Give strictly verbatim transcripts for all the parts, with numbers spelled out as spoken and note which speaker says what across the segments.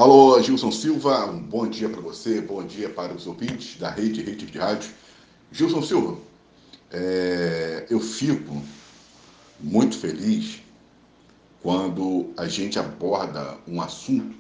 Speaker 1: Alô, Gilson Silva, um bom dia para você, bom dia para os ouvintes da rede, rede de rádio. Gilson Silva, é, eu fico muito feliz quando a gente aborda um assunto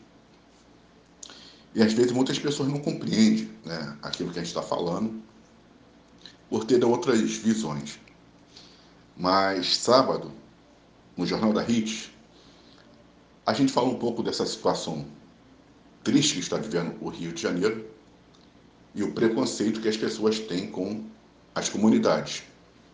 Speaker 1: e às vezes muitas pessoas não compreendem, né, aquilo que a gente está falando por ter outras visões. Mas sábado, no Jornal da Hits, a gente fala um pouco dessa situação triste que está vivendo o Rio de Janeiro e o preconceito que as pessoas têm com as comunidades.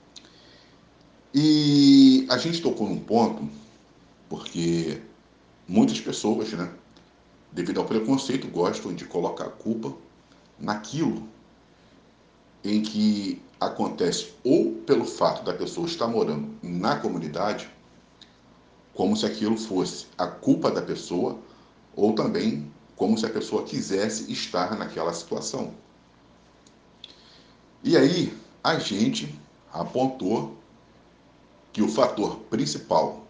Speaker 1: E a gente tocou num ponto, porque muitas pessoas, né, devido ao preconceito, gostam de colocar a culpa naquilo em que acontece ou pelo fato da pessoa estar morando na comunidade, como se aquilo fosse a culpa da pessoa, ou também como se a pessoa quisesse estar naquela situação. E aí a gente apontou que o fator principal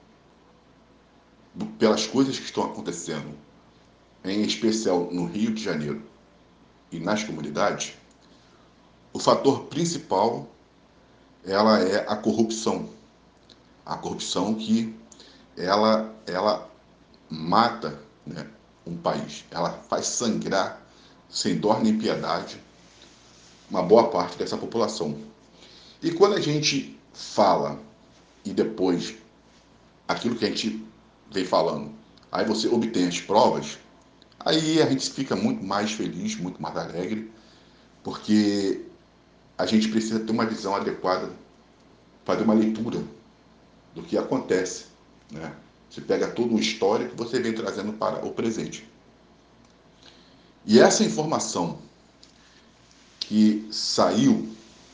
Speaker 1: pelas coisas que estão acontecendo, em especial no Rio de Janeiro e nas comunidades, o fator principal ela é a corrupção. A corrupção que ela, ela mata, né, um país. Ela faz sangrar, sem dó nem piedade, uma boa parte dessa população. E quando a gente fala e depois aquilo que a gente vem falando, aí você obtém as provas, aí a gente fica muito mais feliz, muito mais alegre, porque a gente precisa ter uma visão adequada, fazer uma leitura do que acontece, né? Você pega todo o histórico que você vem trazendo para o presente. E essa informação que saiu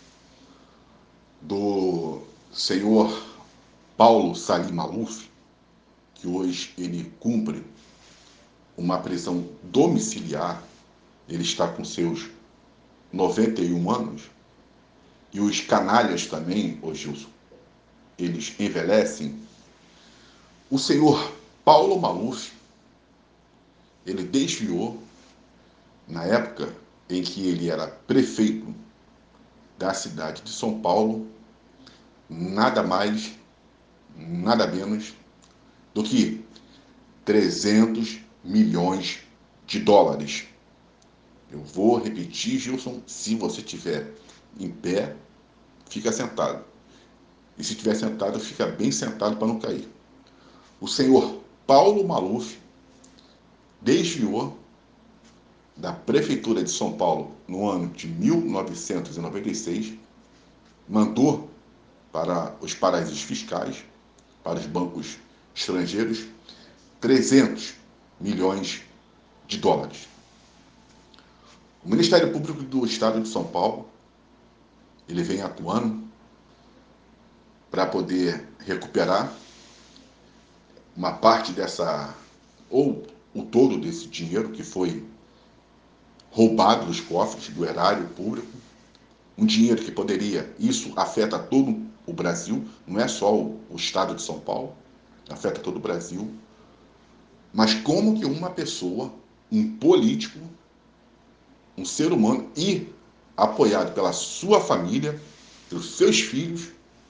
Speaker 1: do senhor Paulo Salim Maluf, que hoje ele cumpre uma prisão domiciliar, ele está com seus noventa e um anos, e os canalhas também, ô Gilson, eles envelhecem. O senhor Paulo Maluf, ele desviou, na época em que ele era prefeito da cidade de São Paulo, nada mais, nada menos do que trezentos milhões de dólares. Eu vou repetir, Gilson, se você estiver em pé, fica sentado. E se estiver sentado, fica bem sentado para não cair. O senhor Paulo Maluf desviou da Prefeitura de São Paulo no ano de mil novecentos e noventa e seis, mandou para os paraísos fiscais, para os bancos estrangeiros, trezentos milhões de dólares. O Ministério Público do Estado de São Paulo, ele vem atuando para poder recuperar uma parte dessa, ou o todo desse dinheiro que foi roubado dos cofres do erário público, um dinheiro que poderia, isso afeta todo o Brasil, não é só o, o estado de São Paulo, afeta todo o Brasil, mas como que uma pessoa, um político, um ser humano e apoiado pela sua família, pelos seus filhos,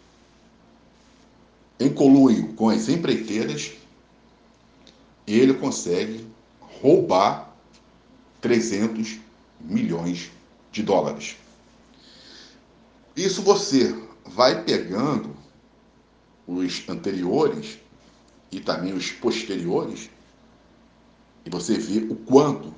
Speaker 1: em conluio com as empreiteiras, ele consegue roubar trezentos milhões de dólares. Isso você vai pegando os anteriores e também os posteriores e você vê o quanto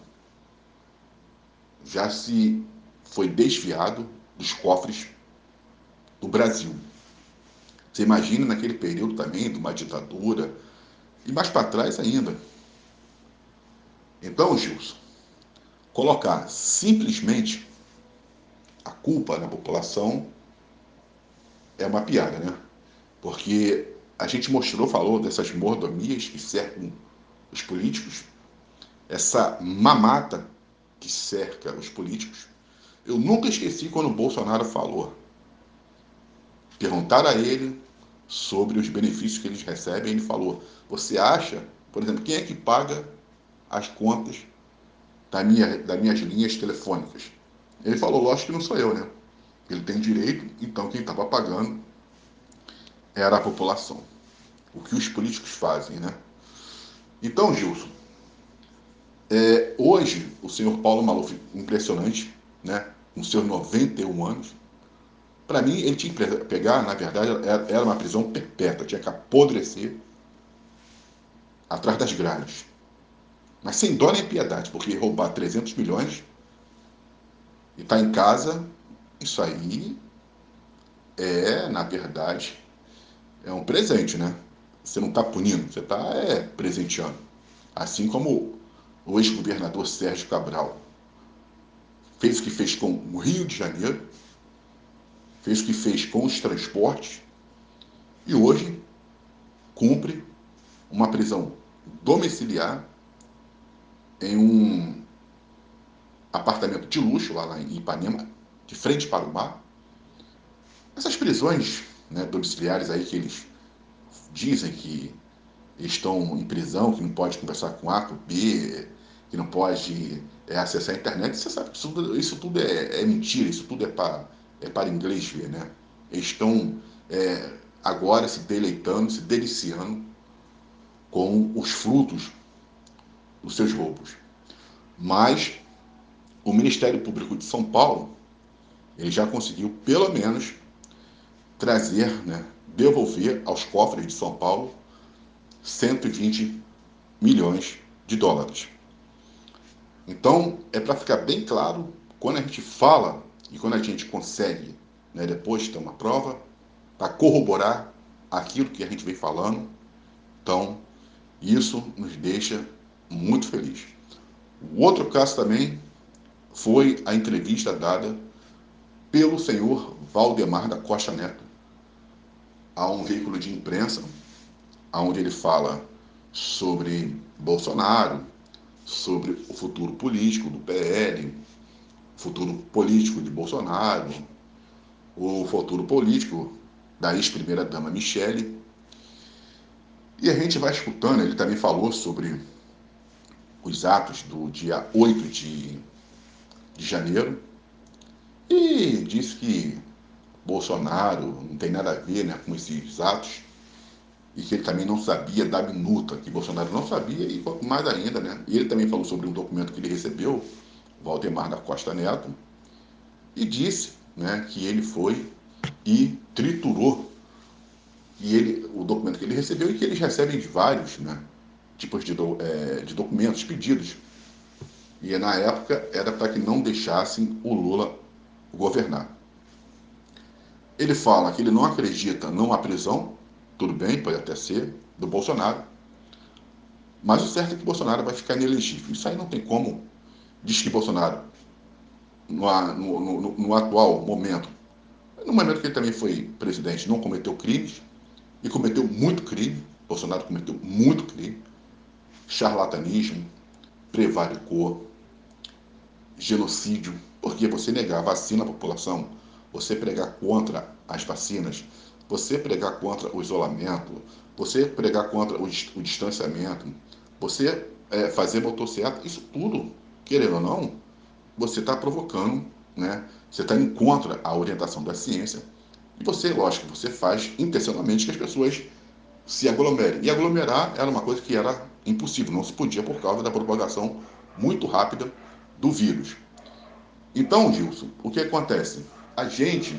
Speaker 1: já se foi desviado dos cofres do Brasil. Você imagina naquele período também de uma ditadura e mais para trás ainda. Então, Gilson, colocar simplesmente a culpa na população é uma piada, né? Porque a gente mostrou, falou dessas mordomias que cercam os políticos, essa mamata que cerca os políticos. Eu nunca esqueci quando o Bolsonaro falou. Perguntaram a ele sobre os benefícios que eles recebem, ele falou: você acha, por exemplo, quem é que paga as contas da minha, das minhas linhas telefônicas. Ele falou, lógico que não sou eu, né? Ele tem direito, então quem estava pagando era a população. O que os políticos fazem, né? Então, Gilson, é, hoje o senhor Paulo Maluf, impressionante, né? Com seus noventa e um anos, para mim ele tinha que pegar, na verdade, era uma prisão perpétua, tinha que apodrecer atrás das grades. Mas sem dó nem piedade, porque roubar trezentos milhões e estar tá em casa, isso aí é, na verdade, é um presente, né? Você não está punindo, você está é, presenteando. Assim como o ex-governador Sérgio Cabral fez o que fez com o Rio de Janeiro, fez o que fez com os transportes e hoje cumpre uma prisão domiciliar em um apartamento de luxo lá em Ipanema, de frente para o mar. Essas prisões, né, domiciliares aí que eles dizem que estão em prisão, que não pode conversar com A, com B, que não pode é, acessar a internet, você sabe que isso, tudo, isso tudo é, é mentira, isso tudo é para, é para inglês ver, né? Eles estão é, agora se deleitando, se deliciando com os frutos dos seus roubos. Mas o Ministério Público de São Paulo, ele já conseguiu, pelo menos, trazer, né, devolver aos cofres de São Paulo cento e vinte milhões de dólares. Então, é para ficar bem claro, quando a gente fala e quando a gente consegue, né, depois ter uma prova, para corroborar aquilo que a gente vem falando, então isso nos deixa muito felizes. O outro caso também foi a entrevista dada pelo senhor Valdemar da Costa Neto a um veículo de imprensa, onde ele fala sobre Bolsonaro, sobre o futuro político do P L, futuro político de Bolsonaro, o futuro político da ex-primeira-dama Michele. E a gente vai escutando, ele também falou sobre os atos do dia oito de, de janeiro e disse que Bolsonaro não tem nada a ver, né, com esses atos e que ele também não sabia da minuta, que Bolsonaro não sabia e quanto mais ainda, né? E ele também falou sobre um documento que ele recebeu, Valdemar da Costa Neto, e disse, né, que ele foi e triturou e ele, o documento que ele recebeu e que eles recebem vários, né, tipos de, do, é, de documentos, pedidos. E na época era para que não deixassem o Lula governar. Ele fala que ele não acredita numa prisão, tudo bem, pode até ser, do Bolsonaro, mas o certo é que Bolsonaro vai ficar inelegível. Isso aí não tem como. Diz que Bolsonaro, no, no, no, no atual momento, no momento que ele também foi presidente, não cometeu crimes, e cometeu muito crime, Bolsonaro cometeu muito crime, charlatanismo, prevaricou, genocídio, porque você negar vacina à população, você pregar contra as vacinas, você pregar contra o isolamento, você pregar contra o, o distanciamento, você é, fazer motocicleta, isso tudo, querendo ou não, você está provocando, né? Você está indo contra a orientação da ciência e você, lógico, você faz intencionalmente que as pessoas se aglomerem. E aglomerar era uma coisa que era impossível, não se podia por causa da propagação muito rápida do vírus. Então, Gilson, o que acontece? A gente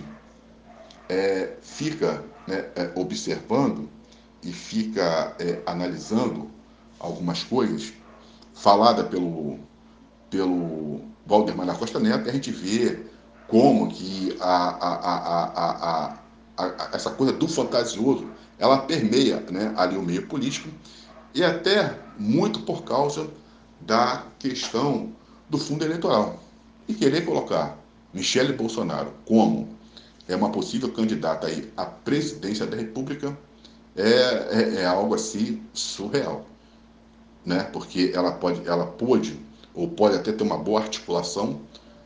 Speaker 1: é, fica, né, é, observando e fica é, analisando algumas coisas falada pelo, pelo Valdemar da Costa Neto, e a gente vê como que a, a, a, a, essa coisa do fantasioso, ela permeia, né, ali o meio político, e até muito por causa da questão do fundo eleitoral. E querer colocar Michele Bolsonaro como é uma possível candidata aí à presidência da República é, é, é algo assim surreal, né? Porque ela pode, ela pôde ou pode até ter uma boa articulação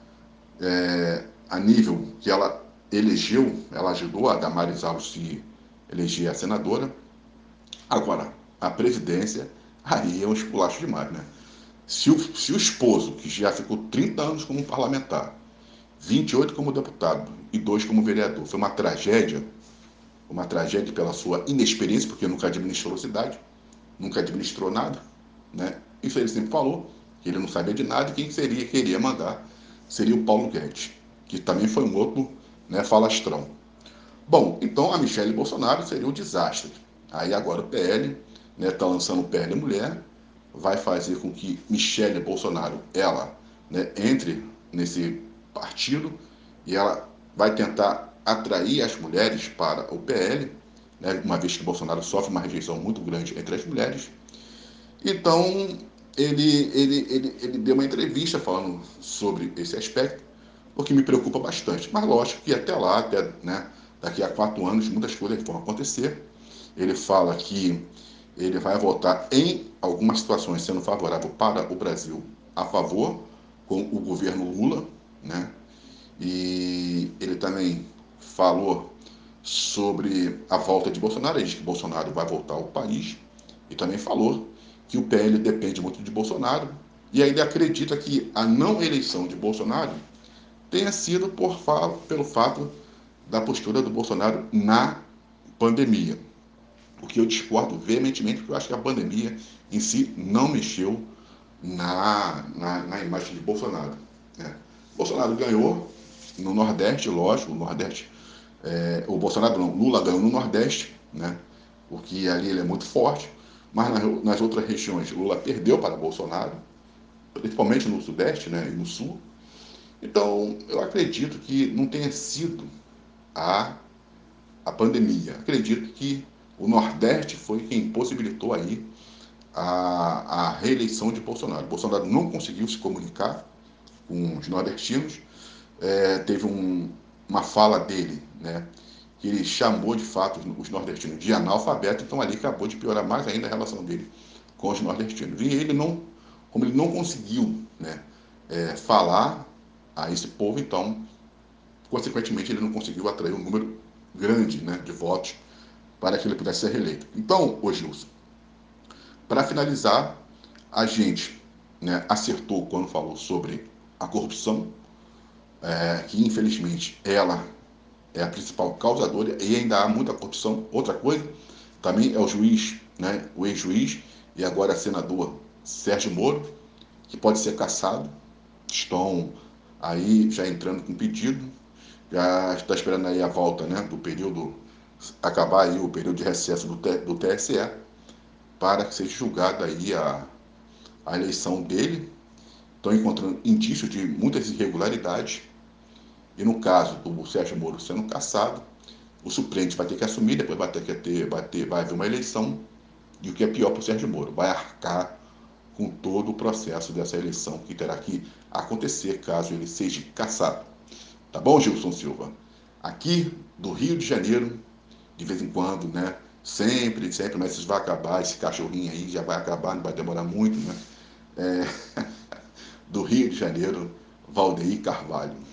Speaker 1: é, a nível que ela elegeu, ela ajudou a Damares Alves se eleger a senadora. Agora, a presidência, aí é um esculacho demais, né? Se o, se o esposo, que já ficou trinta anos como parlamentar, vinte e oito como deputado e dois como vereador, foi uma tragédia, uma tragédia pela sua inexperiência, porque nunca administrou a cidade, nunca administrou nada, né? Isso ele sempre falou, que ele não sabia de nada, e quem seria, queria mandar, seria o Paulo Guedes, que também foi um outro, né, falastrão. Bom, então a Michele Bolsonaro seria um desastre. Aí agora o P L, né, tá lançando o P L Mulher, vai fazer com que Michele Bolsonaro, ela, né, entre nesse partido e ela vai tentar atrair as mulheres para o P L, né, uma vez que Bolsonaro sofre uma rejeição muito grande entre as mulheres. Então, ele, ele, ele, ele deu uma entrevista falando sobre esse aspecto, o que me preocupa bastante. Mas lógico que até lá, até, né, daqui a quatro anos, muitas coisas vão acontecer. Ele fala que ele vai votar em algumas situações sendo favorável para o Brasil a favor com o governo Lula, né? E ele também falou sobre a volta de Bolsonaro, ele disse que Bolsonaro vai voltar ao país e também falou que o P L depende muito de Bolsonaro e ainda acredita que a não eleição de Bolsonaro tenha sido por, pelo fato da postura do Bolsonaro na pandemia. O que eu discordo veementemente, porque eu acho que a pandemia em si não mexeu na, na, na imagem de Bolsonaro. Né? Bolsonaro ganhou no Nordeste, lógico, o Nordeste, é, o Bolsonaro não, Lula ganhou no Nordeste, né? Porque ali ele é muito forte, mas nas, nas outras regiões Lula perdeu para Bolsonaro, principalmente no Sudeste, né, e no Sul. Então, eu acredito que não tenha sido a, a pandemia. Acredito que o Nordeste foi quem possibilitou aí a, a reeleição de Bolsonaro. Bolsonaro não conseguiu se comunicar com os nordestinos. É, teve um, uma fala dele, né, que ele chamou de fato os nordestinos de analfabeto, então ali acabou de piorar mais ainda a relação dele com os nordestinos. E ele não, como ele não conseguiu, né, é, falar a esse povo, então, consequentemente, ele não conseguiu atrair um número grande, né, de votos para que ele pudesse ser reeleito. Então, ô Gilson, para finalizar, a gente, né, acertou quando falou sobre a corrupção, é, que infelizmente ela é a principal causadora e ainda há muita corrupção. Outra coisa também é o juiz, né, o ex-juiz e agora senador Sérgio Moro, que pode ser cassado. Estão aí já entrando com pedido, já está esperando aí a volta, né, do período, acabar aí o período de recesso do, do T S E, para que seja julgada aí a, a eleição dele. Estão encontrando indícios de muitas irregularidades. E no caso do Sérgio Moro sendo cassado, o suplente vai ter que assumir, depois vai ter que ter, vai, ter, vai haver uma eleição, e o que é pior para o Sérgio Moro, vai arcar com todo o processo dessa eleição que terá que acontecer caso ele seja cassado. Tá bom, Gilson Silva? Aqui do Rio de Janeiro, de vez em quando, né? Sempre, sempre, mas isso vai acabar, esse cachorrinho aí já vai acabar, não vai demorar muito, né? É, do Rio de Janeiro, Valdeir Carvalho.